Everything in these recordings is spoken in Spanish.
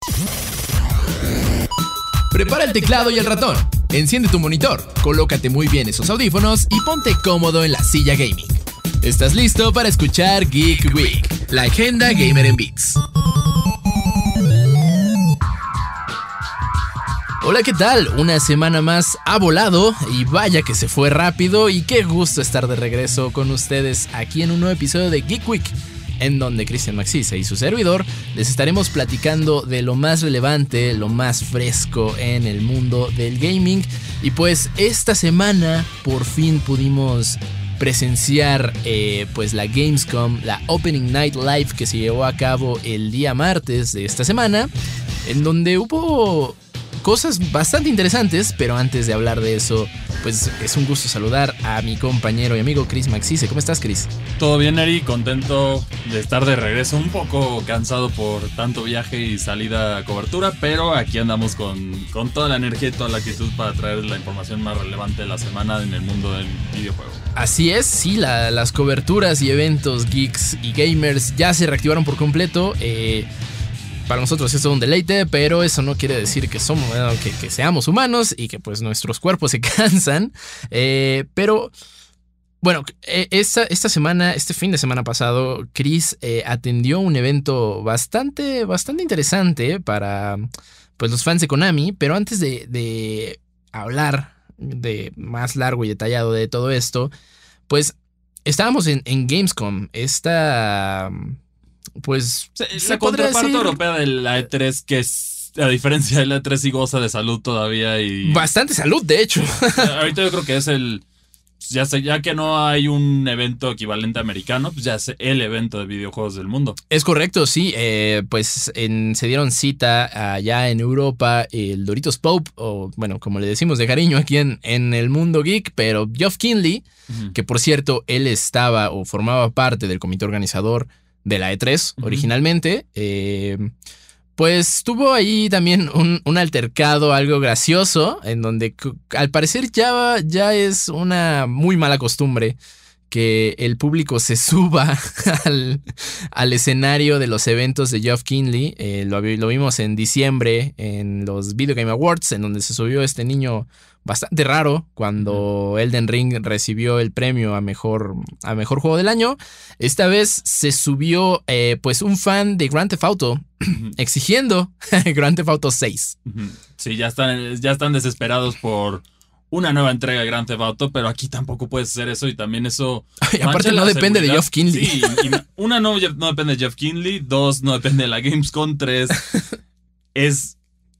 Prepara el teclado y el ratón, enciende tu monitor, colócate muy bien esos audífonos y ponte cómodo en la silla gaming. ¿Estás listo para escuchar Geek Week, la agenda gamer en Beats? Hola, ¿qué tal? Una semana más ha volado y vaya que se fue rápido y qué gusto estar de regreso con ustedes aquí en un nuevo episodio de Geek Week, en donde Cristian Maxice y su servidor les estaremos platicando de lo más relevante, lo más fresco en el mundo del gaming. Y pues esta semana por fin pudimos presenciar pues la Gamescom, la Opening Night Live que se llevó a cabo el día martes de esta semana, en donde hubo cosas bastante interesantes, pero antes de hablar de eso, pues es un gusto saludar a mi compañero y amigo Chris Maxice. ¿Cómo estás, Chris? Todo bien, Eri, contento de estar de regreso, un poco cansado por tanto viaje y salida a cobertura, pero aquí andamos con toda la energía y toda la actitud para traer la información más relevante de la semana en el mundo del videojuego. Así es, sí, las coberturas y eventos geeks y gamers ya se reactivaron por completo. Para nosotros es todo un deleite, pero eso no quiere decir que que seamos humanos y que pues nuestros cuerpos se cansan. Pero bueno, esta semana, este fin de semana pasado, Chris atendió un evento bastante interesante para pues los fans de Konami. Pero antes de hablar de más largo y detallado de todo esto, pues estábamos en Gamescom, pues la contraparte europea de la E3, que es, a diferencia de la E3, sí goza de salud todavía y bastante salud, de hecho. Ahorita yo creo que es ya que no hay un evento equivalente americano, pues ya es el evento de videojuegos del mundo. Es correcto, sí. Pues se dieron cita allá en Europa el Doritos Pope, o bueno, como le decimos de cariño aquí en el mundo geek, pero Geoff Keighley, que por cierto, él estaba o formaba parte del comité organizador de la E3 originalmente, pues tuvo ahí también un altercado algo gracioso, en donde al parecer ya es una muy mala costumbre que el público se suba al escenario de los eventos de Geoff Keighley. Lo vimos en diciembre en los Video Game Awards, en donde se subió este niño bastante raro cuando Elden Ring recibió el premio a mejor juego del año. Esta vez se subió pues un fan de Grand Theft Auto exigiendo Grand Theft Auto 6. Sí, ya están desesperados por una nueva entrega de Grand Theft Auto, pero aquí tampoco puedes hacer eso y también eso... Y aparte no depende de Geoff Keighley. Sí, una no depende de Geoff Keighley, dos no depende de la Gamescom, tres es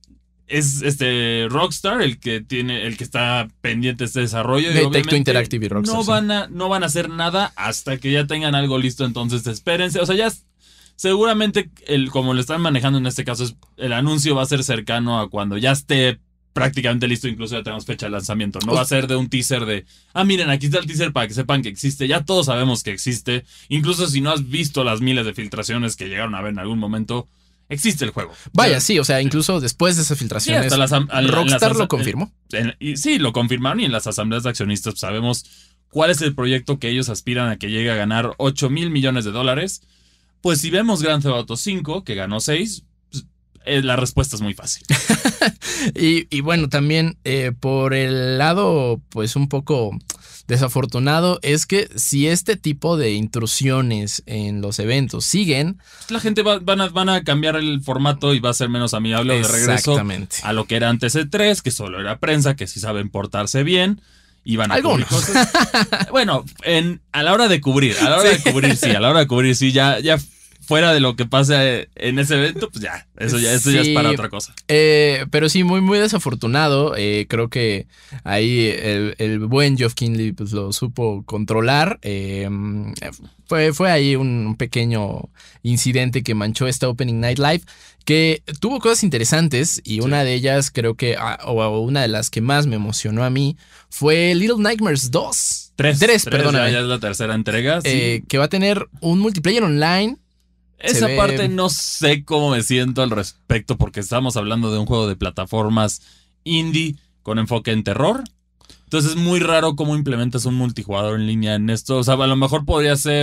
Rockstar el que está pendiente de este desarrollo. De Take-Two Interactive y Rockstar. No van a hacer nada hasta que ya tengan algo listo, entonces espérense. O sea, ya seguramente como lo están manejando en este caso, el anuncio va a ser cercano a cuando ya esté prácticamente listo, incluso ya tenemos fecha de lanzamiento. No va a ser de un teaser de, miren, aquí está el teaser para que sepan que existe. Ya todos sabemos que existe. Incluso si no has visto las miles de filtraciones que llegaron a ver en algún momento, existe el juego. Vaya, sí, o sea, incluso después de esas filtraciones, Rockstar lo confirmó. Sí, lo confirmaron, y en las asambleas de accionistas sabemos cuál es el proyecto que ellos aspiran a que llegue a ganar $8,000 millones. Pues si vemos Grand Theft Auto 5, que ganó 6, la respuesta es muy fácil. y bueno, también por el lado pues un poco desafortunado es que si este tipo de intrusiones en los eventos siguen, la gente van a cambiar el formato y va a ser menos amigable de regreso a lo que era antes E3, que solo era prensa, que sí saben portarse bien y van a cubrir cosas. Bueno, a la hora de cubrir sí, ya fuera de lo que pase en ese evento, pues ya, eso ya es para otra cosa. Pero sí, muy, muy desafortunado. Creo que ahí el buen Geoff Keighley pues lo supo controlar. Fue ahí un pequeño incidente que manchó esta Opening Night Live, que tuvo cosas interesantes, y una de ellas creo que, o una de las que más me emocionó a mí, fue Little Nightmares 2. 3, perdóname. Ya es la tercera entrega. Sí. Que va a tener un multiplayer online. Esa parte no sé cómo me siento al respecto, porque estamos hablando de un juego de plataformas indie con enfoque en terror. Entonces es muy raro cómo implementas un multijugador en línea en esto. O sea, a lo mejor podría ser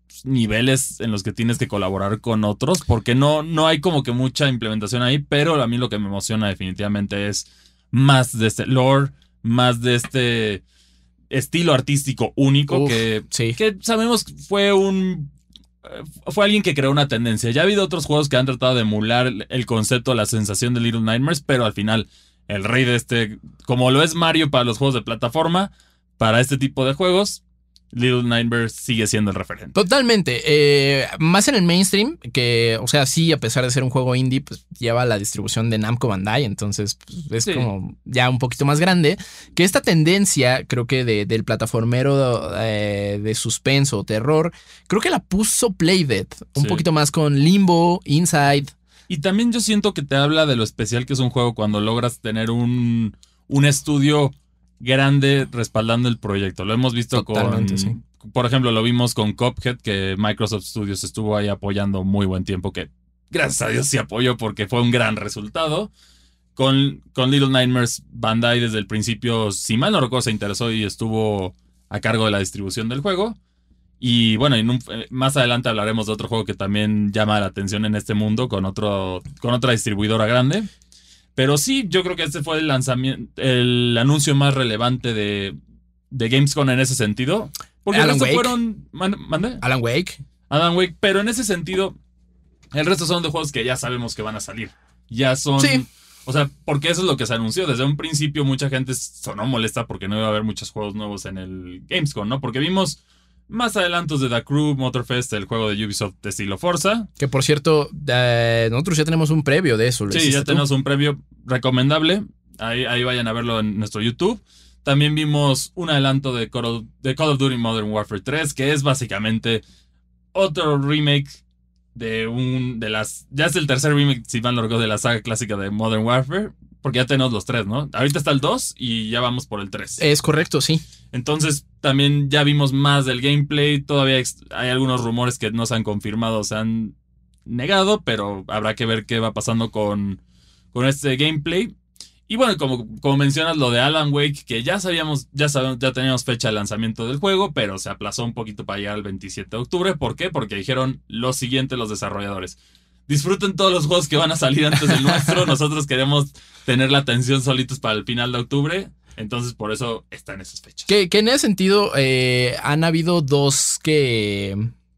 niveles en los que tienes que colaborar con otros, porque no hay como que mucha implementación ahí, pero a mí lo que me emociona definitivamente es más de este lore, más de este estilo artístico único que sabemos fue alguien que creó una tendencia. Ya ha habido otros juegos que han tratado de emular el concepto, la sensación de Little Nightmares, pero al final el rey de como lo es Mario para los juegos de plataforma, para este tipo de juegos, Little Nightmares sigue siendo el referente. Totalmente. Más en el mainstream, que, o sea, sí, a pesar de ser un juego indie, pues lleva la distribución de Namco Bandai, entonces pues, es como ya un poquito más grande. Que esta tendencia, creo que del plataformero de suspenso o terror, creo que la puso Playdead un poquito más con Limbo, Inside. Y también yo siento que te habla de lo especial que es un juego cuando logras tener un estudio grande respaldando el proyecto. Lo hemos visto por ejemplo, lo vimos con Cuphead, que Microsoft Studios estuvo ahí apoyando muy buen tiempo, que gracias a Dios sí apoyó porque fue un gran resultado. Con Little Nightmares, Bandai desde el principio, si mal no recuerdo, se interesó y estuvo a cargo de la distribución del juego. Y bueno, más adelante hablaremos de otro juego que también llama la atención en este mundo con otra distribuidora grande. Pero sí, yo creo que este fue el anuncio más relevante de Gamescom en ese sentido. Porque Alan el resto Wake. fueron... ¿Mande? Alan Wake. Pero en ese sentido, el resto son de juegos que ya sabemos que van a salir. Ya son... Sí. O sea, porque eso es lo que se anunció. Desde un principio mucha gente sonó molesta porque no iba a haber muchos juegos nuevos en el Gamescom, ¿no? Porque vimos más adelantos de The Crew, Motorfest, el juego de Ubisoft de estilo Forza. Que por cierto, nosotros ya tenemos un previo de eso. Sí, ya tenemos un previo recomendable. Ahí vayan a verlo en nuestro YouTube. También vimos un adelanto de Call of Duty Modern Warfare 3, que es básicamente otro remake ya es el tercer remake, si mal no recuerdo, de la saga clásica de Modern Warfare, porque ya tenemos los 3, ¿no? Ahorita está el 2 y ya vamos por el 3. Es correcto, sí. Entonces también ya vimos más del gameplay. Todavía hay algunos rumores que no se han confirmado, se han negado, pero habrá que ver qué va pasando con este gameplay. Y bueno, como mencionas lo de Alan Wake, que ya teníamos fecha de lanzamiento del juego, pero se aplazó un poquito para llegar al 27 de octubre. ¿Por qué? Porque dijeron lo siguiente los desarrolladores: disfruten todos los juegos que van a salir antes del nuestro. Nosotros queremos tener la atención solitos para el final de octubre. Entonces por eso están esas fechas. Que en ese sentido han habido dos que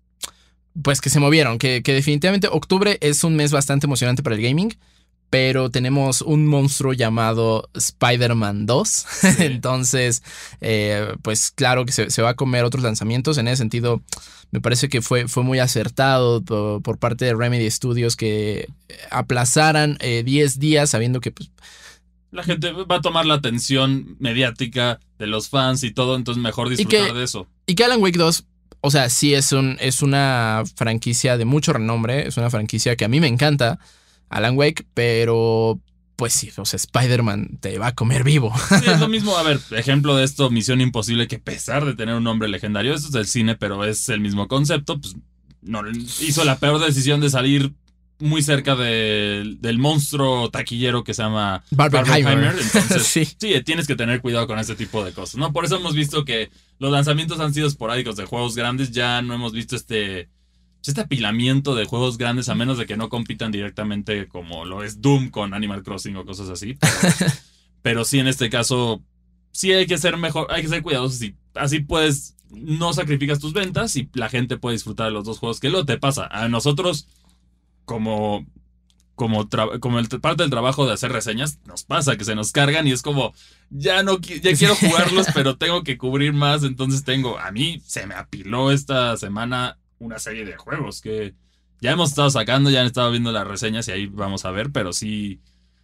se movieron. Que definitivamente octubre es un mes bastante emocionante para el gaming. Pero tenemos un monstruo llamado Spider-Man 2. Sí. Entonces, pues claro que se va a comer otros lanzamientos. En ese sentido, me parece que fue muy acertado por parte de Remedy Studios que aplazaran 10 días sabiendo que pues, la gente va a tomar la atención mediática de los fans y todo. Entonces mejor disfrutar de eso. Y que Alan Wake 2... O sea, sí es una franquicia de mucho renombre. Es una franquicia que a mí me encanta, Alan Wake, pero pues sí, o sea, Spider-Man te va a comer vivo. Sí, es lo mismo. A ver, ejemplo de esto, Misión Imposible, que a pesar de tener un nombre legendario, eso es del cine, pero es el mismo concepto, pues no hizo la peor decisión de salir muy cerca del monstruo taquillero que se llama Barbenheimer. Entonces, sí, tienes que tener cuidado con ese tipo de cosas, ¿no? Por eso hemos visto que los lanzamientos han sido esporádicos de juegos grandes. Ya no hemos visto este apilamiento de juegos grandes, a menos de que no compitan directamente como lo es Doom con Animal Crossing o cosas así. Pero sí, en este caso, sí hay que ser mejor, hay que ser cuidadosos. Así puedes, no sacrificas tus ventas y la gente puede disfrutar de los dos juegos. ¿Qué lo te pasa? A nosotros, como parte del trabajo de hacer reseñas, nos pasa que se nos cargan y es como, ya quiero jugarlos, pero tengo que cubrir más. Entonces a mí se me apiló esta semana una serie de juegos que ya hemos estado sacando, ya han estado viendo las reseñas y ahí vamos a ver, pero sí,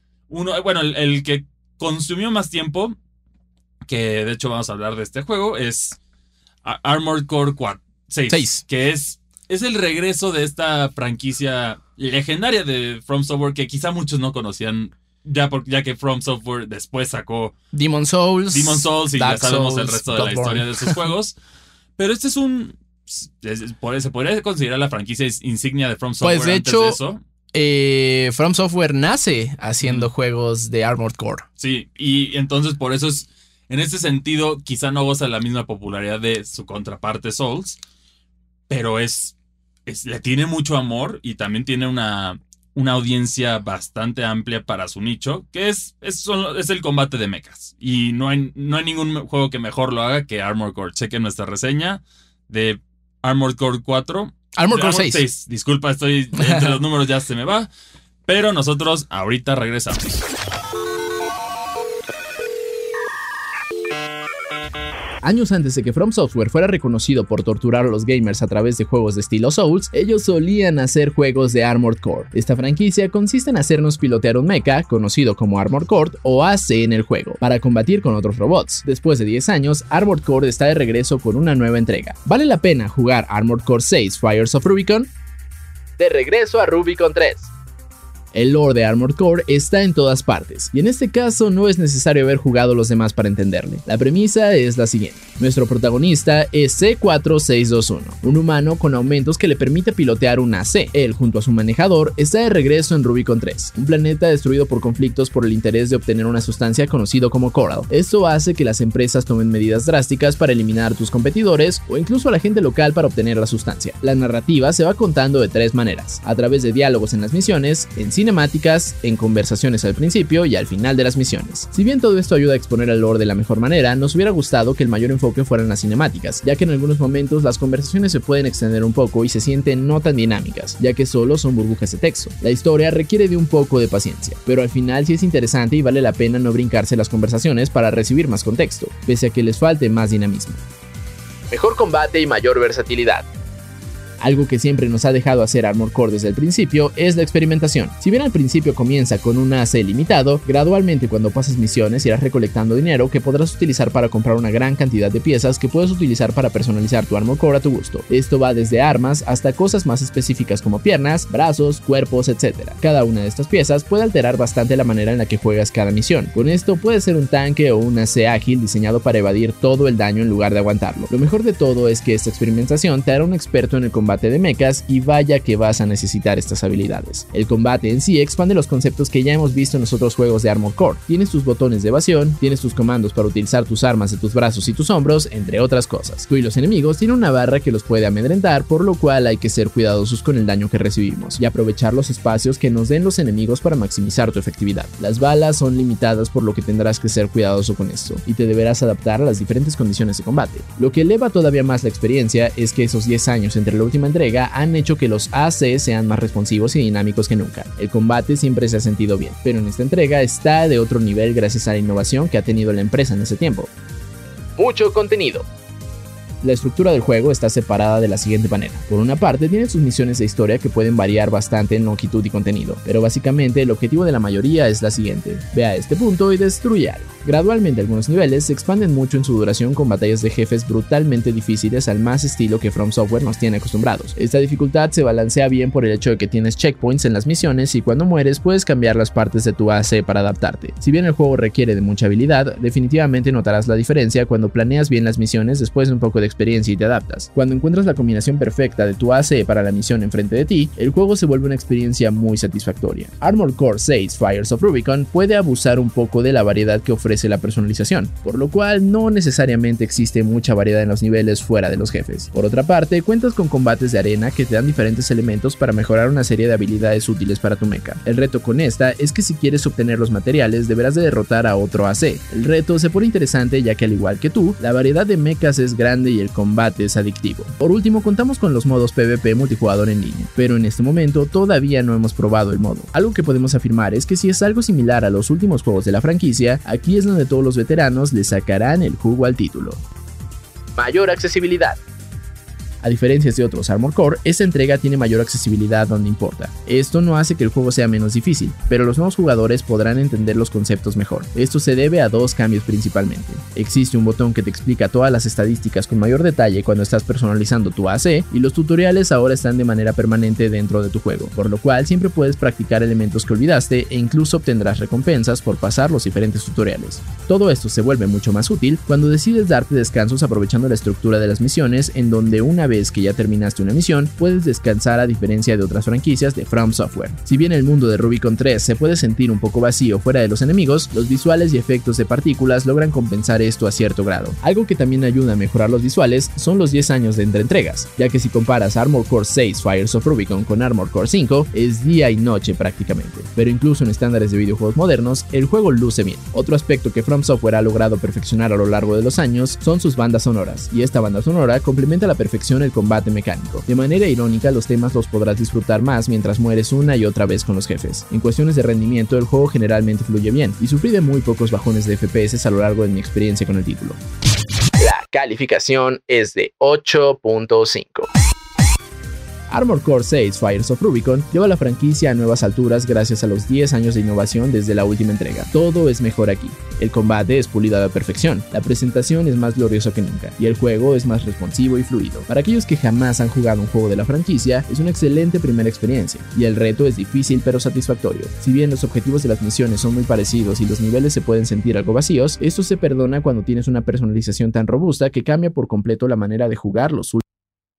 el que consumió más tiempo, que de hecho vamos a hablar de este juego, es Armored Core 6, que es el regreso de esta franquicia legendaria de From Software que quizá muchos no conocían, ya que From Software después sacó Demon's Souls y Dark ya sabemos Souls, el resto de Bloodborne. La historia de esos juegos. Pero este se podría considerar la franquicia insignia de From Software. Pues de antes hecho, de eso. From Software nace haciendo juegos de Armored Core. Sí, y entonces por eso en este sentido quizá no goza de la misma popularidad de su contraparte Souls. pero le tiene mucho amor y también tiene una audiencia bastante amplia para su nicho, que es el combate de mechas. Y no hay ningún juego que mejor lo haga que Armored Core. Chequen nuestra reseña de Armored Core 4. Armored Core 6. Disculpa, estoy entre los números, ya se me va. Pero nosotros ahorita regresamos. Años antes de que From Software fuera reconocido por torturar a los gamers a través de juegos de estilo Souls, ellos solían hacer juegos de Armored Core. Esta franquicia consiste en hacernos pilotear un mecha, conocido como Armored Core o AC en el juego, para combatir con otros robots. Después de 10 años, Armored Core está de regreso con una nueva entrega. ¿Vale la pena jugar Armored Core 6 Fires of Rubicon? De regreso a Rubicon 3. El lore de Armored Core está en todas partes, y en este caso no es necesario haber jugado los demás para entenderle. La premisa es la siguiente. Nuestro protagonista es C4621, un humano con aumentos que le permite pilotear un AC. Él, junto a su manejador, está de regreso en Rubicon 3, un planeta destruido por conflictos por el interés de obtener una sustancia conocido como Coral. Esto hace que las empresas tomen medidas drásticas para eliminar a tus competidores o incluso a la gente local para obtener la sustancia. La narrativa se va contando de 3 maneras: a través de diálogos en las misiones, en cinemáticas, en conversaciones al principio y al final de las misiones. Si bien todo esto ayuda a exponer el lore de la mejor manera, nos hubiera gustado que el mayor enfoque fueran las cinemáticas, ya que en algunos momentos las conversaciones se pueden extender un poco y se sienten no tan dinámicas, ya que solo son burbujas de texto. La historia requiere de un poco de paciencia, pero al final sí es interesante y vale la pena no brincarse las conversaciones para recibir más contexto, pese a que les falte más dinamismo. Mejor combate y mayor versatilidad. Algo que siempre nos ha dejado hacer Armored Core desde el principio es la experimentación. Si bien al principio comienza con un AC limitado, gradualmente cuando pases misiones irás recolectando dinero que podrás utilizar para comprar una gran cantidad de piezas que puedes utilizar para personalizar tu Armored Core a tu gusto. Esto va desde armas hasta cosas más específicas como piernas, brazos, cuerpos, etc. Cada una de estas piezas puede alterar bastante la manera en la que juegas cada misión. Con esto puede ser un tanque o un AC ágil diseñado para evadir todo el daño en lugar de aguantarlo. Lo mejor de todo es que esta experimentación te hará un experto en el combate de mechas y vaya que vas a necesitar estas habilidades. El combate en sí expande los conceptos que ya hemos visto en los otros juegos de Armored Core. Tienes tus botones de evasión, tienes tus comandos para utilizar tus armas de tus brazos y tus hombros, entre otras cosas. Tú y los enemigos tienen una barra que los puede amedrentar, por lo cual hay que ser cuidadosos con el daño que recibimos y aprovechar los espacios que nos den los enemigos para maximizar tu efectividad. Las balas son limitadas, por lo que tendrás que ser cuidadoso con esto y te deberás adaptar a las diferentes condiciones de combate. Lo que eleva todavía más la experiencia es que esos 10 años entre la última entrega han hecho que los AC sean más responsivos y dinámicos que nunca. El combate siempre se ha sentido bien, pero en esta entrega está de otro nivel gracias a la innovación que ha tenido la empresa en ese tiempo. Mucho contenido. La estructura del juego está separada de la siguiente manera. Por una parte, tiene sus misiones de historia que pueden variar bastante en longitud y contenido, pero básicamente el objetivo de la mayoría es la siguiente: ve a este punto y destruye algo. Gradualmente algunos niveles se expanden mucho en su duración con batallas de jefes brutalmente difíciles al más estilo que From Software nos tiene acostumbrados. Esta dificultad se balancea bien por el hecho de que tienes checkpoints en las misiones y cuando mueres puedes cambiar las partes de tu AC para adaptarte. Si bien el juego requiere de mucha habilidad, definitivamente notarás la diferencia cuando planeas bien las misiones después de un poco de experiencia y te adaptas. Cuando encuentras la combinación perfecta de tu AC para la misión enfrente de ti, el juego se vuelve una experiencia muy satisfactoria. Armored Core 6 Fires of Rubicon puede abusar un poco de la variedad que ofrece la personalización, por lo cual no necesariamente existe mucha variedad en los niveles fuera de los jefes. Por otra parte, cuentas con combates de arena que te dan diferentes elementos para mejorar una serie de habilidades útiles para tu mecha. El reto con esta es que si quieres obtener los materiales deberás de derrotar a otro AC. El reto se pone interesante ya que al igual que tú, la variedad de mechas es grande y el combate es adictivo. Por último, contamos con los modos PvP multijugador en línea, pero en este momento todavía no hemos probado el modo. Algo que podemos afirmar es que si es algo similar a los últimos juegos de la franquicia, aquí es donde todos los veteranos le sacarán el jugo al título. Mayor accesibilidad. A diferencia de otros Armored Core, esta entrega tiene mayor accesibilidad donde importa. Esto no hace que el juego sea menos difícil, pero los nuevos jugadores podrán entender los conceptos mejor. Esto se debe a 2 cambios principalmente. Existe un botón que te explica todas las estadísticas con mayor detalle cuando estás personalizando tu AC, y los tutoriales ahora están de manera permanente dentro de tu juego, por lo cual siempre puedes practicar elementos que olvidaste e incluso obtendrás recompensas por pasar los diferentes tutoriales. Todo esto se vuelve mucho más útil cuando decides darte descansos aprovechando la estructura de las misiones, en donde una vez vez que ya terminaste una misión, puedes descansar a diferencia de otras franquicias de From Software. Si bien el mundo de Rubicon 3 se puede sentir un poco vacío fuera de los enemigos, los visuales y efectos de partículas logran compensar esto a cierto grado. Algo que también ayuda a mejorar los visuales son los 10 años de entre entregas, ya que si comparas Armored Core 6 Fires of Rubicon con Armored Core 5, es día y noche prácticamente. Pero incluso en estándares de videojuegos modernos, el juego luce bien. Otro aspecto que From Software ha logrado perfeccionar a lo largo de los años son sus bandas sonoras, y esta banda sonora complementa a la perfección el combate mecánico. De manera irónica, los temas los podrás disfrutar más mientras mueres una y otra vez con los jefes. En cuestiones de rendimiento, el juego generalmente fluye bien, y sufrí de muy pocos bajones de FPS a lo largo de mi experiencia con el título. La calificación es de 8.5. Armored Core 6 Fires of Rubicon lleva la franquicia a nuevas alturas gracias a los 10 años de innovación desde la última entrega. Todo es mejor aquí. El combate es pulido a la perfección, la presentación es más gloriosa que nunca, y el juego es más responsivo y fluido. Para aquellos que jamás han jugado un juego de la franquicia, es una excelente primera experiencia, y el reto es difícil pero satisfactorio. Si bien los objetivos de las misiones son muy parecidos y los niveles se pueden sentir algo vacíos, esto se perdona cuando tienes una personalización tan robusta que cambia por completo la manera de jugar los últimos.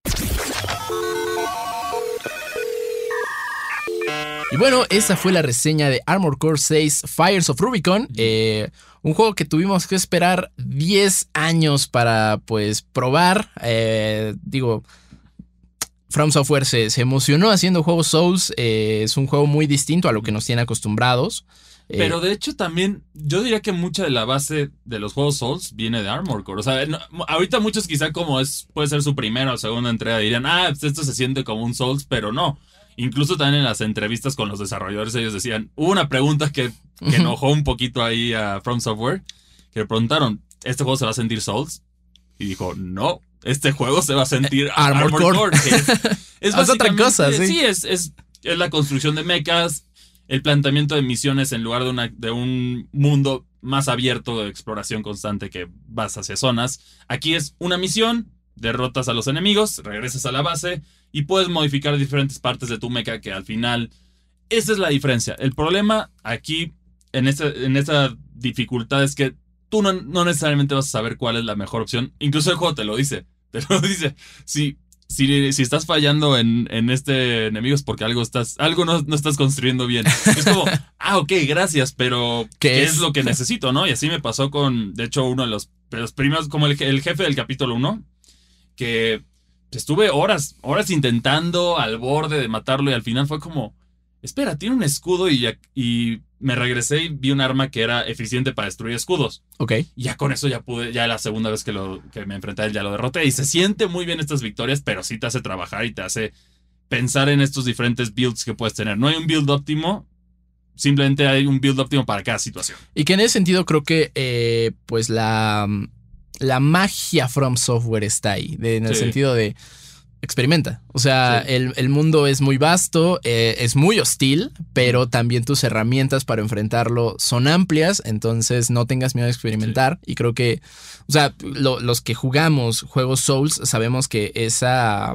Y bueno, esa fue la reseña de Armored Core 6 Fires of Rubicon. Un juego que tuvimos que esperar 10 años para pues probar. From Software se emocionó haciendo juegos Souls. Es un juego muy distinto a lo que nos tiene acostumbrados. Pero de hecho también yo diría que mucha de la base de los juegos Souls viene de Armored Core. O sea, ahorita muchos quizá como puede ser su primera o segunda entrega dirían, pues esto se siente como un Souls, pero no. Incluso también en las entrevistas con los desarrolladores ellos decían, hubo una pregunta que enojó un poquito ahí a From Software, que le preguntaron, ¿este juego se va a sentir Souls? Y dijo, no, este juego se va a sentir Armored Core. Es otra cosa, sí. Sí, es la construcción de mechas, el planteamiento de misiones en lugar de un mundo más abierto de exploración constante que vas hacia zonas. Aquí es una misión, derrotas a los enemigos, regresas a la base y puedes modificar diferentes partes de tu mecha que al final, esa es la diferencia. El problema aquí, en esta dificultad es que tú no necesariamente vas a saber cuál es la mejor opción. Incluso el juego te lo dice. Si estás fallando en este enemigo es porque algo no estás construyendo bien. Es como, ok, gracias, pero ¿qué es lo que necesito, no? Y así me pasó con, de hecho, uno de los primeros, como el jefe del capítulo 1, que estuve horas intentando al borde de matarlo y al final fue como, espera, tiene un escudo y me regresé y vi un arma que era eficiente para destruir escudos. Ok. Y ya con eso ya la segunda vez que me enfrenté a él ya lo derroté y se siente muy bien estas victorias, pero sí te hace trabajar y te hace pensar en estos diferentes builds que puedes tener. No hay un build óptimo, simplemente hay un build óptimo para cada situación. Y que en ese sentido creo que pues la magia From Software está ahí, en el sentido de experimenta. O sea, sí. el mundo es muy vasto, es muy hostil, pero también tus herramientas para enfrentarlo son amplias, entonces no tengas miedo de experimentar. Sí. Y creo que, o sea, los que jugamos juegos Souls sabemos que esa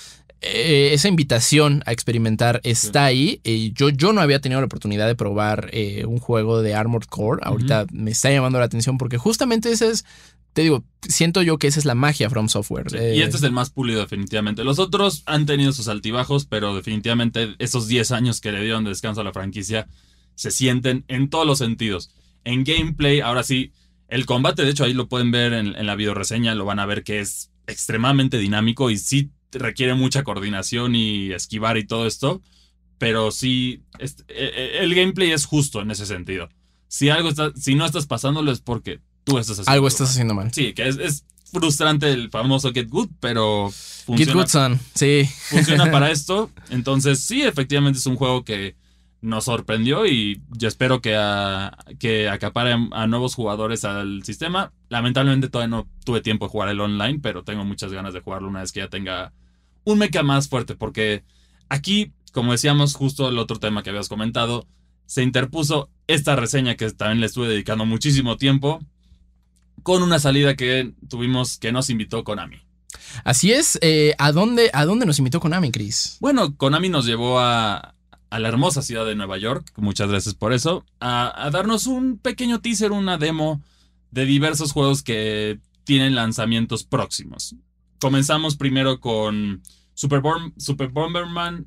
invitación a experimentar está ahí. Yo no había tenido la oportunidad de probar un juego de Armored Core. Ahorita me está llamando la atención porque justamente ese es, te digo, siento yo que esa es la magia From Software. Sí, y este es el más pulido definitivamente. Los otros han tenido sus altibajos, pero definitivamente esos 10 años que le dieron de descanso a la franquicia se sienten en todos los sentidos. En gameplay, ahora sí, el combate, de hecho ahí lo pueden ver en la videoreseña, lo van a ver que es extremadamente dinámico y sí requiere mucha coordinación y esquivar y todo esto, pero sí, el gameplay es justo en ese sentido. Si no estás pasándolo es porque tú estás haciendo algo estás haciendo mal. Sí, que es frustrante el famoso Get Good, pero funciona. Get Good son, sí. Funciona para esto. Entonces, sí, efectivamente es un juego que nos sorprendió y yo espero que acapare a nuevos jugadores al sistema. Lamentablemente todavía no tuve tiempo de jugar el online, pero tengo muchas ganas de jugarlo una vez que ya tenga un mecha más fuerte, porque aquí, como decíamos, justo el otro tema que habías comentado, se interpuso esta reseña que también le estuve dedicando muchísimo tiempo, con una salida que tuvimos que nos invitó Konami. Así es. ¿A dónde nos invitó Konami, Chris? Bueno, Konami nos llevó a la hermosa ciudad de Nueva York, muchas gracias por eso, a darnos un pequeño teaser, una demo de diversos juegos que tienen lanzamientos próximos. comenzamos primero con Super Bomberman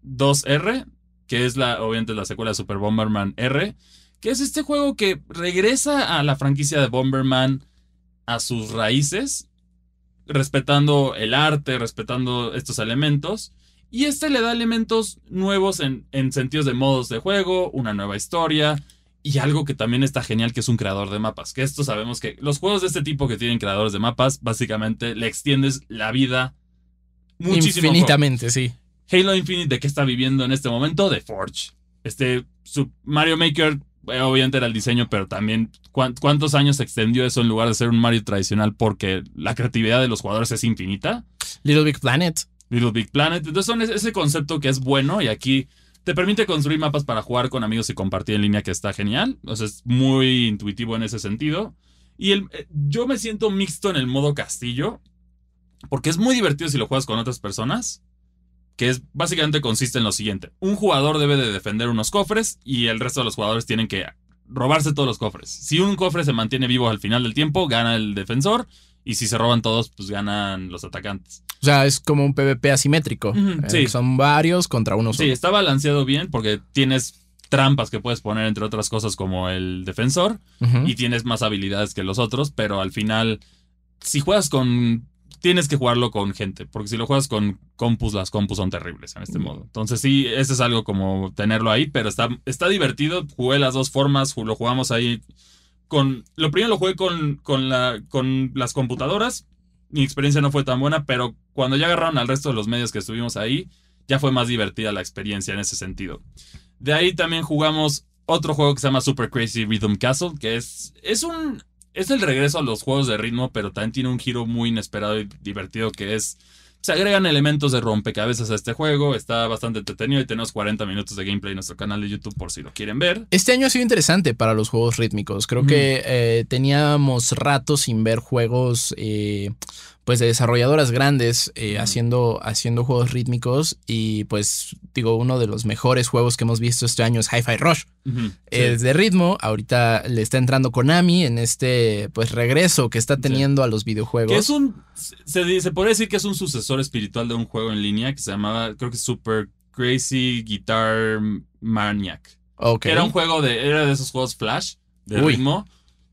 2R, que es obviamente la secuela de Super Bomberman R, que es este juego que regresa a la franquicia de Bomberman a sus raíces, respetando el arte, respetando estos elementos. Y le da elementos nuevos en sentidos de modos de juego, una nueva historia y algo que también está genial, que es un creador de mapas. Que esto sabemos que los juegos de este tipo que tienen creadores de mapas, básicamente le extiendes la vida muchísimo. Infinitamente, sí. Halo Infinite, ¿de qué está viviendo en este momento? De Forge. Mario Maker, obviamente era el diseño, pero también ¿cuántos años se extendió eso en lugar de ser un Mario tradicional? Porque la creatividad de los jugadores es infinita. Little Big Planet. Entonces son ese concepto que es bueno y aquí te permite construir mapas para jugar con amigos y compartir en línea, que está genial. O sea, es muy intuitivo en ese sentido. Y yo me siento mixto en el modo castillo, porque es muy divertido si lo juegas con otras personas, que básicamente consiste en lo siguiente. Un jugador debe de defender unos cofres y el resto de los jugadores tienen que robarse todos los cofres. Si un cofre se mantiene vivo al final del tiempo, gana el defensor. Y si se roban todos, pues ganan los atacantes. O sea, es como un PvP asimétrico. Sí. Son varios contra uno solo. Sí, está balanceado bien porque tienes trampas que puedes poner, entre otras cosas, como el defensor. Y tienes más habilidades que los otros. Pero al final, si juegas tienes que jugarlo con gente. Porque si lo juegas con compus, las compus son terribles en este modo. Entonces sí, ese es algo como tenerlo ahí. Pero está divertido. Jugué las dos formas. Lo jugamos ahí. Lo primero lo jugué con las computadoras. Mi experiencia no fue tan buena, pero cuando ya agarraron al resto de los medios que estuvimos ahí, ya fue más divertida la experiencia en ese sentido. De ahí también jugamos otro juego que se llama Super Crazy Rhythm Castle, que es el regreso a los juegos de ritmo, pero también tiene un giro muy inesperado y divertido, que se agregan elementos de rompecabezas a este juego. Está bastante entretenido y tenemos 40 minutos de gameplay en nuestro canal de YouTube por si lo quieren ver. Este año ha sido interesante para los juegos rítmicos. Creo que teníamos rato sin ver juegos pues de desarrolladoras grandes haciendo juegos rítmicos. Y pues digo, uno de los mejores juegos que hemos visto este año es Hi-Fi Rush. Es de ritmo. Ahorita le está entrando Konami en pues regreso que está teniendo a los videojuegos. Que es se podría decir que es un sucesor espiritual de un juego en línea que se llamaba, creo que Super Crazy Guitar Maniac. Okay. Era un juego era de esos juegos Flash de ritmo.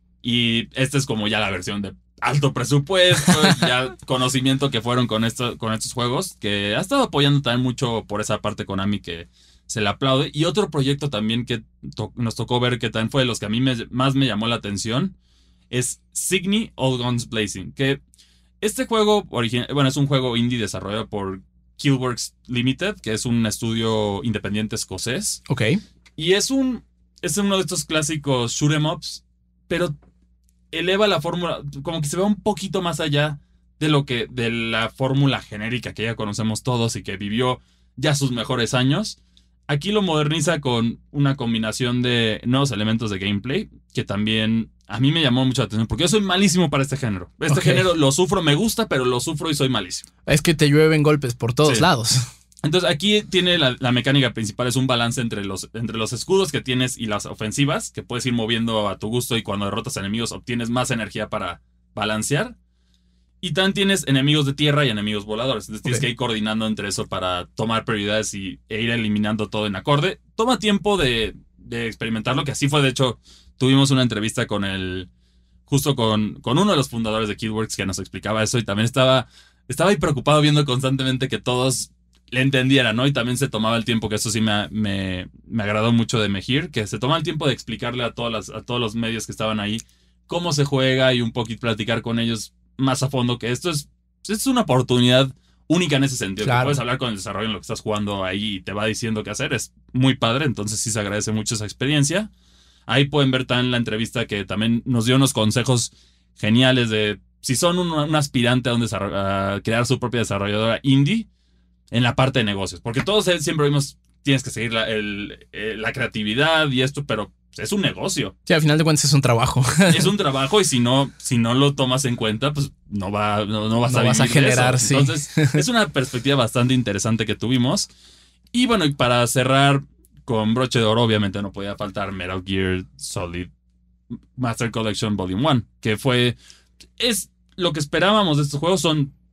Y es como ya la versión de alto presupuesto, ya conocimiento que fueron con estos juegos, que ha estado apoyando también mucho por esa parte Konami, que se le aplaude. Y otro proyecto también que nos tocó ver, que también fue de los que a mí más me llamó la atención, es Signy All Guns Blazing, que este juego es un juego indie desarrollado por Killworks Limited, que es un estudio independiente escocés. Ok. Y es uno de estos clásicos shoot 'em ups, pero eleva la fórmula, como que se ve un poquito más allá de la fórmula genérica que ya conocemos todos y que vivió ya sus mejores años. Aquí lo moderniza con una combinación de nuevos elementos de gameplay, que también a mí me llamó mucho la atención, porque yo soy malísimo para este género. Género lo sufro, me gusta, pero lo sufro y soy malísimo. Es que te llueven golpes por todos lados. Entonces aquí tiene la mecánica principal, es un balance entre los escudos que tienes y las ofensivas, que puedes ir moviendo a tu gusto, y cuando derrotas a enemigos obtienes más energía para balancear. Y también tienes enemigos de tierra y enemigos voladores. Entonces tienes que ir coordinando entre eso para tomar prioridades e ir eliminando todo en acorde. Toma tiempo de experimentarlo, que así fue. De hecho, tuvimos una entrevista con uno de los fundadores de Killworks que nos explicaba eso, y también estaba ahí preocupado viendo constantemente que todos le entendieran, ¿no? Y también se tomaba el tiempo, que eso sí me agradó mucho de Mejir, que se toma el tiempo de explicarle a todos los medios que estaban ahí cómo se juega y un poquito platicar con ellos más a fondo, que esto es una oportunidad única en ese sentido. Claro. Que puedes hablar con el desarrollo en lo que estás jugando ahí y te va diciendo qué hacer. Es muy padre, entonces sí se agradece mucho esa experiencia. Ahí pueden ver también la entrevista, que también nos dio unos consejos geniales de si son un aspirante a crear su propia desarrolladora indie en la parte de negocios. Porque todos siempre vimos, tienes que seguir la creatividad y esto, pero es un negocio. Sí, al final de cuentas es un trabajo. Es un trabajo, y si no lo tomas en cuenta, pues no vas a generar, eso. Entonces, es una perspectiva bastante interesante que tuvimos. Y bueno, y para cerrar con broche de oro, obviamente no podía faltar Metal Gear Solid Master Collection Volume 1, que es lo que esperábamos de estos juegos. Son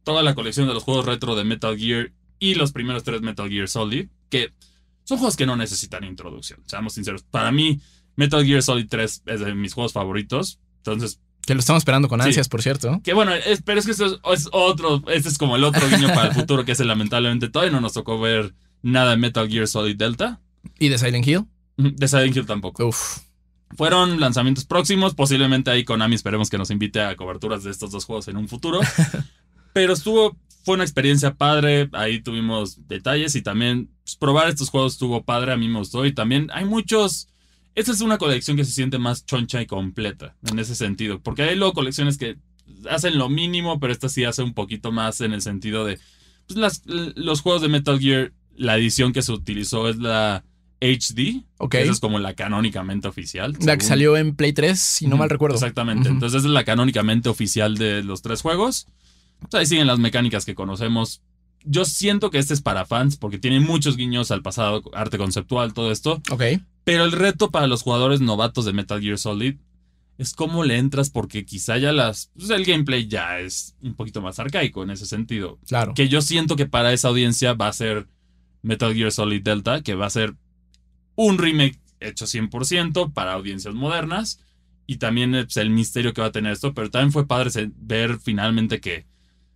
toda la colección de los juegos retro de Metal Gear y los primeros 3 Metal Gear Solid, que son juegos que no necesitan introducción, seamos sinceros. Para mí, Metal Gear Solid 3 es de mis juegos favoritos, entonces... Que lo estamos esperando con ansias, por cierto. Que bueno, pero es que esto es otro, este es como el otro guiño para el futuro, que es lamentablemente todavía no nos tocó ver nada de Metal Gear Solid Delta. ¿Y de Silent Hill? De Silent Hill tampoco. Uf. Fueron lanzamientos próximos, posiblemente ahí Konami esperemos que nos invite a coberturas de estos dos juegos en un futuro. Pero fue una experiencia padre, ahí tuvimos detalles y también pues, probar estos juegos estuvo padre, a mí me gustó y también hay muchos... Esta es una colección que se siente más choncha y completa en ese sentido, porque hay luego colecciones que hacen lo mínimo, pero esta sí hace un poquito más en el sentido de pues, los juegos de Metal Gear, la edición que se utilizó es la HD, okay. Esa es como la canónicamente oficial. La que salió en Play 3, si no mal recuerdo. Exactamente, entonces esa es la canónicamente oficial de los 3 juegos. Pues ahí siguen las mecánicas que conocemos. Yo siento que este es para fans porque tiene muchos guiños al pasado, arte conceptual, todo esto. Ok. Pero el reto para los jugadores novatos de Metal Gear Solid es cómo le entras porque quizá ya pues el gameplay ya es un poquito más arcaico en ese sentido. Claro. Que yo siento que para esa audiencia va a ser Metal Gear Solid Delta, que va a ser un remake hecho 100% para audiencias modernas. Y también pues, el misterio que va a tener esto. Pero también fue padre ver finalmente que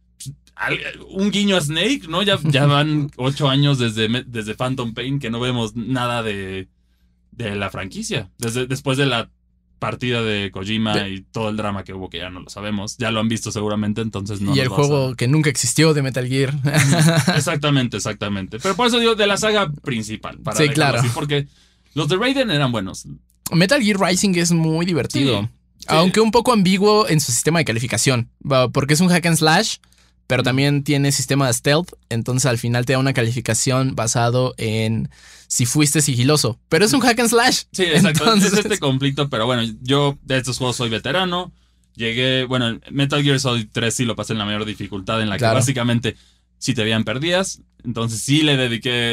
un guiño a Snake, ¿no? Ya van 8 años desde Phantom Pain que no vemos nada de la franquicia. Después de la partida de Kojima y todo el drama que hubo, que ya no lo sabemos. Ya lo han visto seguramente, entonces no. Y el juego que nunca existió de Metal Gear. Exactamente. Pero por eso digo, de la saga principal. Sí, claro. Así, porque los de Raiden eran buenos. Metal Gear Rising es muy divertido. Sí. Aunque un poco ambiguo en su sistema de calificación. Porque es un hack and slash, pero también tiene sistema de stealth. Entonces al final te da una calificación basado en si fuiste sigiloso. Pero es un hack and slash. Sí, exacto. Entonces... Es este conflicto. Pero bueno, yo de estos juegos soy veterano. Llegué, bueno, Metal Gear Solid 3 sí lo pasé en la mayor dificultad, en la que básicamente si te habían perdidas. Entonces sí le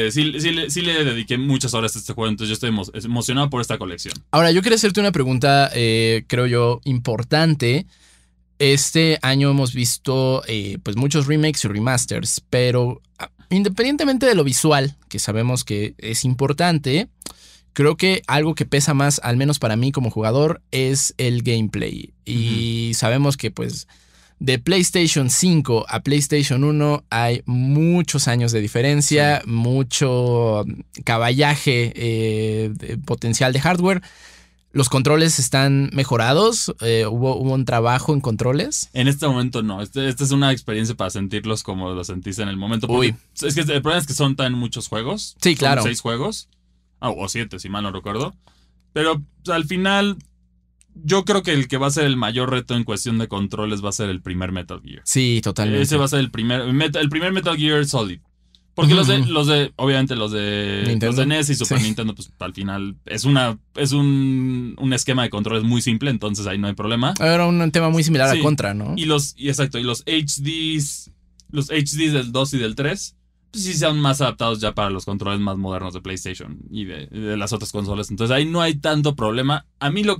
dediqué muchas horas a este juego. Entonces yo estoy emocionado por esta colección. Ahora, yo quería hacerte una pregunta, creo yo, importante. Este año hemos visto pues muchos remakes y remasters, pero independientemente de lo visual, que sabemos que es importante, creo que algo que pesa más, al menos para mí como jugador, es el gameplay. Y sabemos que pues de PlayStation 5 a PlayStation 1 hay muchos años de diferencia, mucho caballaje de potencial de hardware. ¿Los controles están mejorados? ¿Hubo un trabajo en controles? En este momento no. Esta es una experiencia para sentirlos como los sentiste en el momento. Uy. Es que el problema es que son tan muchos juegos. Sí, claro. Son 6 juegos. O 7, si mal no recuerdo. Pero pues, al final, yo creo que el que va a ser el mayor reto en cuestión de controles va a ser el primer Metal Gear. Sí, totalmente. Ese va a ser el primer Metal Gear Solid. Porque obviamente los de NES y Super Nintendo, pues al final es un esquema de controles muy simple, entonces ahí no hay problema. Era un tema muy similar a Contra, ¿no? Y los HDs del 2 y del 3, pues sí sean más adaptados ya para los controles más modernos de PlayStation y de las otras consolas. Entonces ahí no hay tanto problema. A mí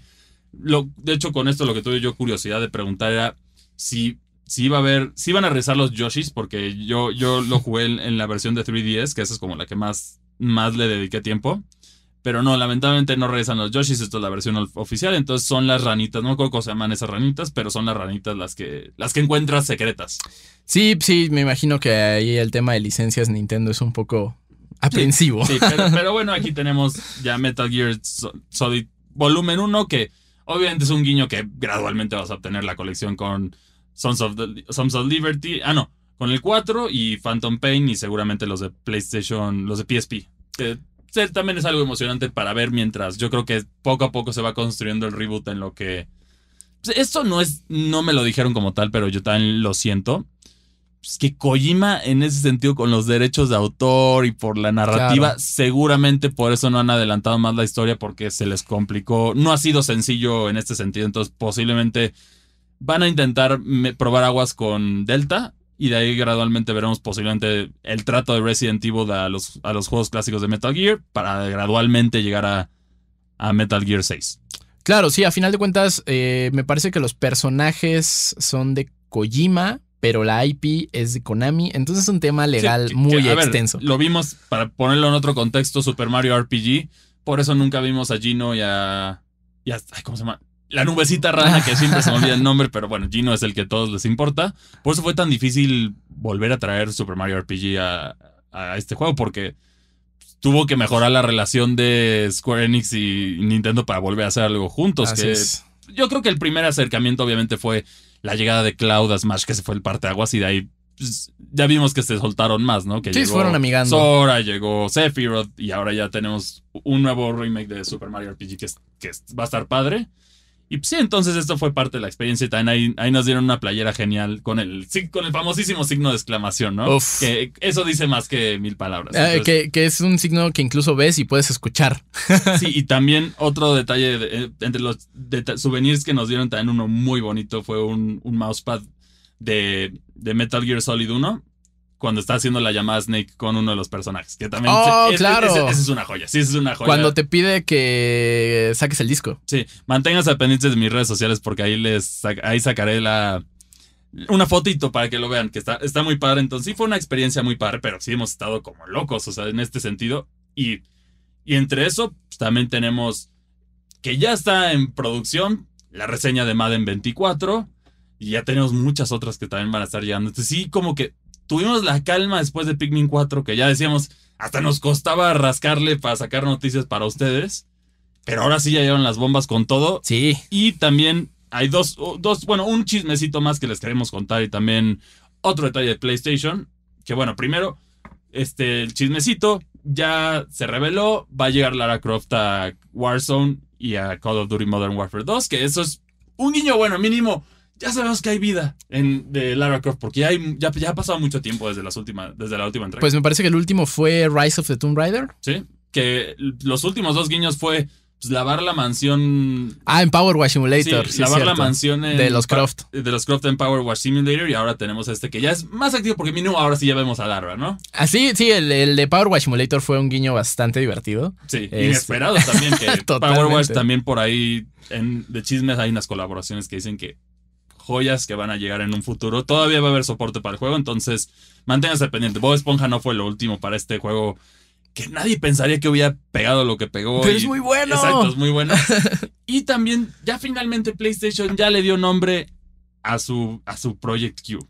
de hecho con esto lo que tuve yo curiosidad de preguntar era si iban a regresar los Yoshis, porque yo lo jugué en la versión de 3DS, que esa es como la que más le dediqué tiempo. Pero no, lamentablemente no regresan los Yoshis, esto es la versión oficial, entonces son las ranitas, no me acuerdo cómo se llaman esas ranitas, pero son las ranitas las que encuentras secretas. Sí, me imagino que ahí el tema de licencias Nintendo es un poco aprensivo. Sí, pero bueno, aquí tenemos ya Metal Gear Solid Volumen 1, que obviamente es un guiño que gradualmente vas a obtener la colección con Sons of Liberty, con el 4 y Phantom Pain y seguramente los de PlayStation, los de PSP. También es algo emocionante para ver mientras yo creo que poco a poco se va construyendo el reboot en lo que... Pues esto no me lo dijeron como tal, pero yo también lo siento. Es que Kojima en ese sentido con los derechos de autor y por la narrativa, seguramente por eso no han adelantado más la historia porque se les complicó. No ha sido sencillo en este sentido, entonces posiblemente... Van a intentar probar aguas con Delta y de ahí gradualmente veremos posiblemente el trato de Resident Evil a los juegos clásicos de Metal Gear para gradualmente llegar a Metal Gear 6. Claro, sí, a final de cuentas me parece que los personajes son de Kojima, pero la IP es de Konami, entonces es un tema legal muy extenso. Lo vimos, para ponerlo en otro contexto, Super Mario RPG, por eso nunca vimos a Gino y a ¿cómo se llama? La nubecita rana, que siempre se me olvida el nombre, pero bueno, Gino es el que a todos les importa. Por eso fue tan difícil volver a traer Super Mario RPG a este juego, porque tuvo que mejorar la relación de Square Enix y Nintendo para volver a hacer algo juntos. Así es. Yo creo que el primer acercamiento obviamente fue la llegada de Cloud a Smash, que se fue el parteaguas, y de ahí pues, ya vimos que se soltaron más, ¿no? Que sí, llegó fueron amigando. Sora, llegó Sephiroth, y ahora ya tenemos un nuevo remake de Super Mario RPG que va a estar padre. Y pues, sí, entonces esto fue parte de la experiencia. Y también ahí nos dieron una playera genial con el famosísimo signo de exclamación, ¿no? Uf. Que eso dice más que 1000 palabras. Que es un signo que incluso ves y puedes escuchar. Sí, y también otro detalle, entre los souvenirs que nos dieron, también uno muy bonito fue un mousepad de Metal Gear Solid 1. Cuando está haciendo la llamada Snake con uno de los personajes. Que también. Claro. Esa es una joya. Sí, esa es una joya. Cuando te pide que saques el disco. Sí, manténganse pendientes de mis redes sociales porque ahí sacaré una fotito para que lo vean, que está muy padre. Entonces, sí fue una experiencia muy padre, pero sí hemos estado como locos, o sea, en este sentido. Y entre eso, pues, también tenemos que ya está en producción la reseña de Madden 24 y ya tenemos muchas otras que también van a estar llegando. Entonces, sí, como que tuvimos la calma después de Pikmin 4, que ya decíamos, hasta nos costaba rascarle para sacar noticias para ustedes. Pero ahora sí ya llevan las bombas con todo. Sí. Y también hay un chismecito más que les queremos contar y también otro detalle de PlayStation. Que bueno, primero, el chismecito ya se reveló. Va a llegar Lara Croft a Warzone y a Call of Duty Modern Warfare 2, que eso es un guiño bueno, mínimo. Ya sabemos que hay vida de Lara Croft, porque ya ha pasado mucho tiempo desde la última entrega. Pues me parece que el último fue Rise of the Tomb Raider. Sí, que los últimos 2 guiños fue pues, lavar la mansión. En Power Wash Simulator. Sí, lavar la mansión de los Croft. De los Croft en Power Wash Simulator, y ahora tenemos que ya es más activo, porque mínimo ahora sí ya vemos a Lara, ¿no? Sí, el de Power Wash Simulator fue un guiño bastante divertido. Sí, inesperado también, que Power Wash también por ahí, de chismes, hay unas colaboraciones que dicen que joyas que van a llegar en un futuro. Todavía va a haber soporte para el juego, entonces manténganse pendientes. Bob Esponja no fue lo último para este juego, que nadie pensaría que hubiera pegado lo que pegó. Pero es muy bueno. Exacto, es muy bueno. Y también, ya finalmente PlayStation ya le dio nombre a su Project Q.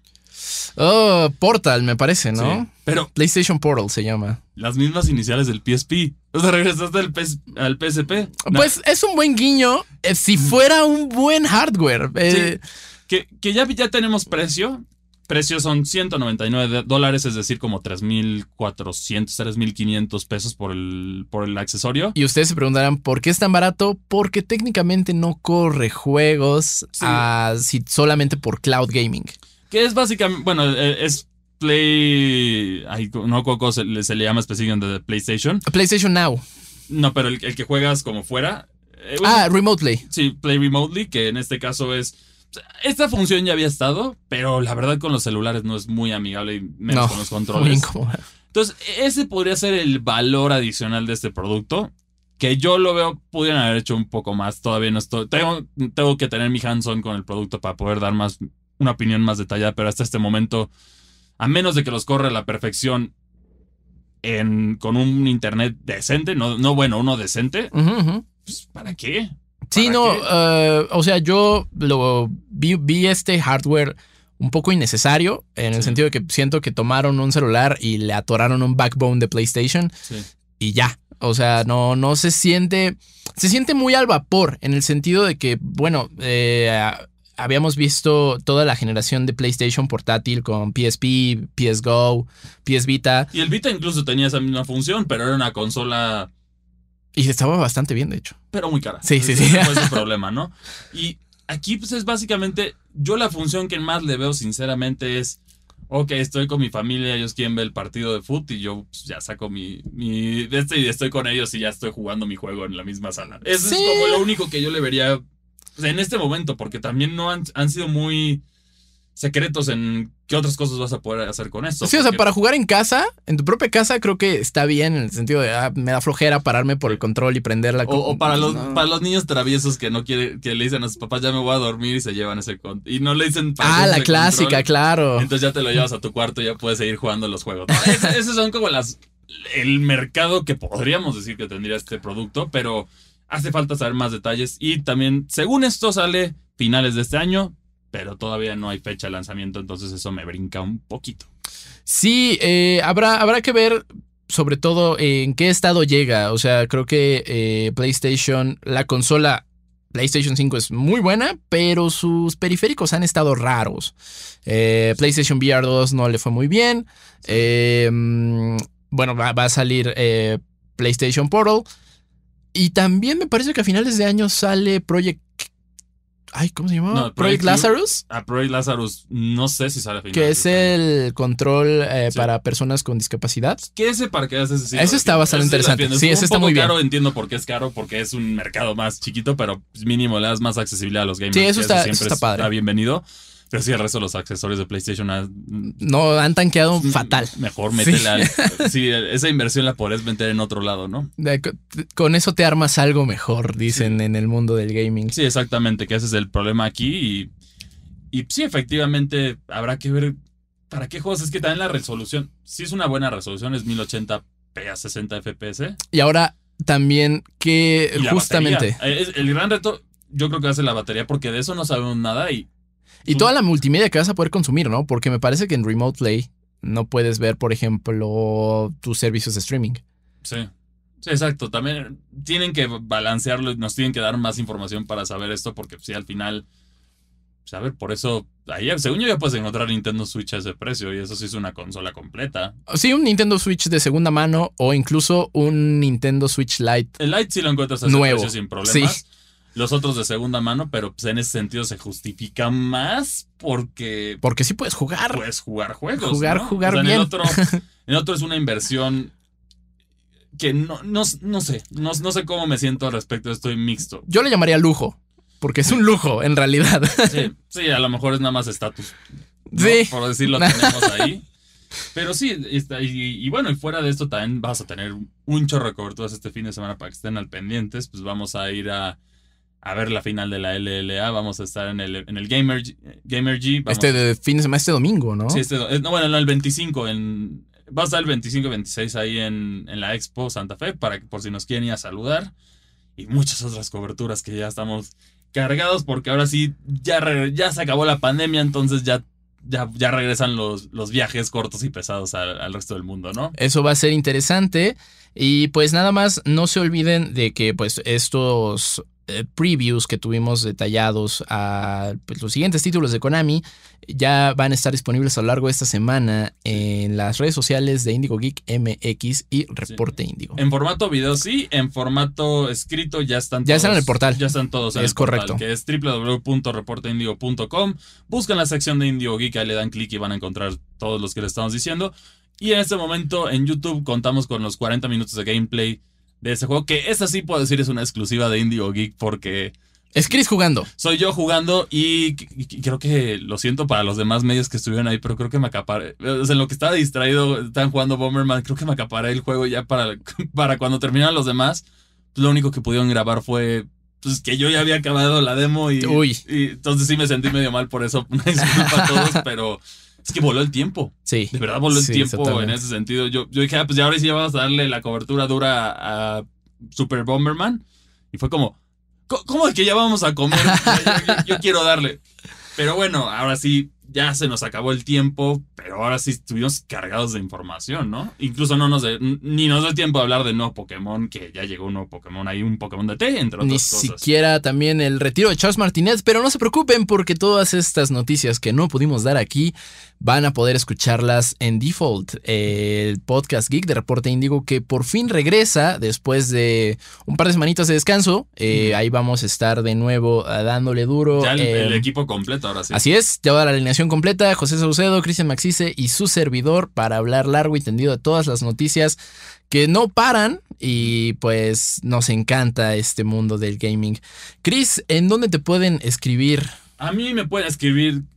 Portal, me parece, ¿no? Sí, pero PlayStation Portal se llama. Las mismas iniciales del PSP. O sea, regresaste al PSP. Pues es un buen guiño si fuera un buen hardware. Sí. Que ya tenemos precio. Precios son $199, es decir, como 3,400, 3,500 pesos por el accesorio. Y ustedes se preguntarán, ¿por qué es tan barato? Porque técnicamente no corre juegos solamente por cloud gaming. Que es básicamente, bueno, es Play... no recuerdo se le llama específicamente de PlayStation. PlayStation Now. No, pero el que juegas como fuera. Remotely. Sí, Play Remotely, que en este caso es... Esta función ya había estado, pero la verdad con los celulares no es muy amigable y menos con los controles. Muy incómodo. Entonces, ese podría ser el valor adicional de este producto, que yo lo veo, pudieran haber hecho un poco más. Todavía no estoy... Tengo que tener mi hands-on con el producto para poder dar una opinión más detallada, pero hasta este momento, a menos de que los corra a la perfección con un internet decente, no bueno, uno decente, pues, ¿para qué? Sí, no, o sea, yo vi este hardware un poco innecesario, en el sentido de que siento que tomaron un celular y le atoraron un backbone de PlayStation y ya. O sea, no se siente muy al vapor, en el sentido de que, bueno, habíamos visto toda la generación de PlayStation portátil con PSP, PS Go, PS Vita. Y el Vita incluso tenía esa misma función, pero era una consola... Y estaba bastante bien, de hecho. Pero muy cara. Sí. Ese fue ese problema, ¿no? Y aquí pues es básicamente... Yo la función que más le veo sinceramente es... Ok, estoy con mi familia, ellos quieren ver el partido de fútbol y yo pues, ya saco mi y estoy con ellos y ya estoy jugando mi juego en la misma sala. Eso es como lo único que yo le vería en este momento, porque también no han sido muy... secretos en qué otras cosas vas a poder hacer con esto. Sí, o sea, para jugar en casa, en tu propia casa, creo que está bien en el sentido de me da flojera pararme por el control y prenderla. O para los niños traviesos que no quieren, que le dicen a sus papás, ya me voy a dormir y se llevan ese y no le dicen para la clásica, control, claro. Entonces ya te lo llevas a tu cuarto y ya puedes seguir jugando los juegos. Esos son como el mercado que podríamos decir que tendría este producto, pero hace falta saber más detalles. Y también, según esto, sale finales de este año, pero todavía no hay fecha de lanzamiento, entonces eso me brinca un poquito. Sí, habrá que ver sobre todo en qué estado llega. O sea, creo que PlayStation, la consola PlayStation 5 es muy buena, pero sus periféricos han estado raros. PlayStation VR 2 no le fue muy bien. Bueno, va a salir PlayStation Portal. Y también me parece que a finales de año sale Project... ¿cómo se llama? No, Project Lazarus. Project Lazarus, no sé si sale a finales. Que es el control para personas con discapacidad. ¿Qué ese para qué haces? Eso está bastante interesante. Sí, eso está muy bien. Caro, entiendo por qué es caro, porque es un mercado más chiquito, pero mínimo le das más accesibilidad a los gamers. Sí, eso está padre. Está bienvenido. Pero sí, el resto de los accesorios de PlayStation no han tanqueado fatal. Mejor métela. Sí, esa inversión la podés meter en otro lado, ¿no? Con eso te armas algo mejor, dicen en el mundo del gaming. Sí, exactamente, que ese es el problema aquí. Y sí, efectivamente, habrá que ver para qué juegos. Es que también la resolución, sí es una buena resolución, es 1080p a 60 FPS. Y ahora también que justamente... El gran reto, yo creo que va a ser la batería, porque de eso no sabemos nada y toda la multimedia que vas a poder consumir, ¿no? Porque me parece que en Remote Play no puedes ver, por ejemplo, tus servicios de streaming. Sí, exacto. También tienen que balancearlo, nos tienen que dar más información para saber esto, porque sí, al final, a ver, por eso, ahí, según yo ya puedes encontrar Nintendo Switch a ese precio, y eso sí es una consola completa. Sí, un Nintendo Switch de segunda mano o incluso un Nintendo Switch Lite. El Lite sí lo encuentras a ese precio sin problemas. Sí. Los otros de segunda mano, pero pues en ese sentido se justifica más porque sí puedes jugar. Puedes jugar juegos. Jugar bien. En el otro es una inversión que no sé cómo me siento al respecto. Estoy mixto. Yo le llamaría lujo, porque es un lujo en realidad. Sí, a lo mejor es nada más estatus, ¿no? Sí. Por decirlo, tenemos ahí. Pero sí, y bueno, y fuera de esto también vas a tener un chorro de coberturas este fin de semana para que estén al pendientes. Pues vamos a ir a ver la final de la LLA. Vamos a estar en el Gamer G. Fin de semana, este domingo, ¿no? Sí, el 25. Va a estar el 25 y 26 ahí en la Expo Santa Fe, por si nos quieren ir a saludar. Y muchas otras coberturas que ya estamos cargados, porque ahora sí ya se acabó la pandemia, entonces ya regresan los viajes cortos y pesados al resto del mundo, ¿no? Eso va a ser interesante. Y pues nada más, no se olviden de que pues estos previews que tuvimos detallados a pues, los siguientes títulos de Konami ya van a estar disponibles a lo largo de esta semana en las redes sociales de Indigo Geek MX y Reporte Indigo. En formato video sí, en formato escrito ya están en el portal. Ya están todos en el portal, que es www.reporteindigo.com. Buscan la sección de Indigo Geek, ahí le dan clic y van a encontrar todos los que les estamos diciendo. Y en este momento en YouTube contamos con los 40 minutos de gameplay de ese juego, que esa sí puedo decir es una exclusiva de Indigo Geek, porque es Chris jugando. Soy yo jugando y creo que, lo siento para los demás medios que estuvieron ahí, pero creo que me acaparé. O sea, en lo que estaba distraído, estaban jugando Bomberman, creo que me acaparé el juego ya para cuando terminaran los demás. Lo único que pudieron grabar fue pues, que yo ya había acabado la demo y entonces sí me sentí medio mal por eso. Una disculpa a todos, pero es que voló el tiempo. Sí. De verdad voló el tiempo totalmente. En ese sentido. Yo dije, pues ya ahora sí vamos a darle la cobertura dura a Super Bomberman. Y fue como, ¿cómo de que ya vamos a comer? Yo quiero darle. Pero bueno, ahora sí, ya se nos acabó el tiempo, pero ahora sí estuvimos cargados de información, ¿no? Incluso ni nos dio tiempo de hablar de nuevo Pokémon, que ya llegó un nuevo Pokémon, hay un Pokémon de T, entre otras cosas. Ni siquiera también el retiro de Charles Martinet, pero no se preocupen porque todas estas noticias que no pudimos dar aquí van a poder escucharlas en Default, el podcast geek de Reporte Índigo, que por fin regresa después de un par de semanitas de descanso. Ahí vamos a estar de nuevo dándole duro. Ya el equipo completo ahora sí. Así es, toda la alineación completa, José Saucedo, Cristian Maxice y su servidor para hablar largo y tendido de todas las noticias que no paran y pues nos encanta este mundo del gaming. Chris, ¿en dónde te pueden escribir? A mí me pueden escribir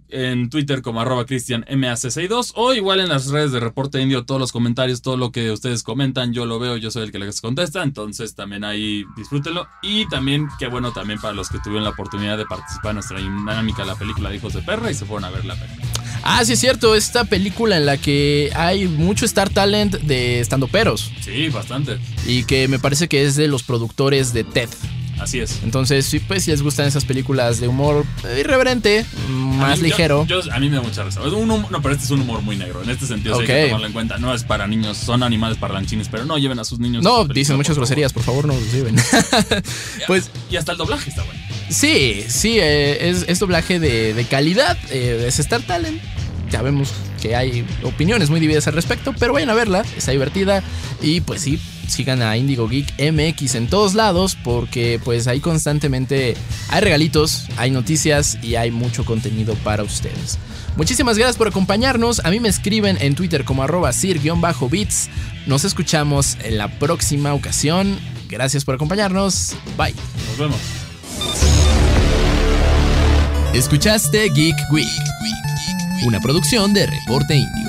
en Twitter como @CristianMAC62 o igual en las redes de Reporte Indio, todos los comentarios, todo lo que ustedes comentan, yo lo veo, yo soy el que les contesta, entonces también ahí disfrútenlo. Y también, qué bueno también para los que tuvieron la oportunidad de participar en nuestra dinámica de la película de Hijos de Perra y se fueron a ver la película. Ah, sí es cierto, esta película en la que hay mucho Star Talent de estandoperos. Sí, bastante. Y que me parece que es de los productores de TED. Así es. Entonces, sí, pues si les gustan esas películas de humor irreverente, más ligero. A mí me da mucha risa. No, pero este es un humor muy negro. En este sentido, sí hay que tomarlo en cuenta. No es para niños, son animales parlanchines, pero no lleven a sus niños. No, dicen muchas groserías, por favor, no los lleven. Pues, y hasta el doblaje está bueno. Sí, es doblaje de calidad, es Star Talent. Ya vemos que hay opiniones muy divididas al respecto, pero vayan a verla, está divertida. Y pues sí, sigan a Indigo Geek MX en todos lados, porque pues ahí constantemente hay regalitos, hay noticias y hay mucho contenido para ustedes. Muchísimas gracias por acompañarnos. A mí me escriben en Twitter como @sir_bits. Nos escuchamos en la próxima ocasión. Gracias por acompañarnos. Bye. Nos vemos. Escuchaste Geek Week, una producción de Reporte Indio.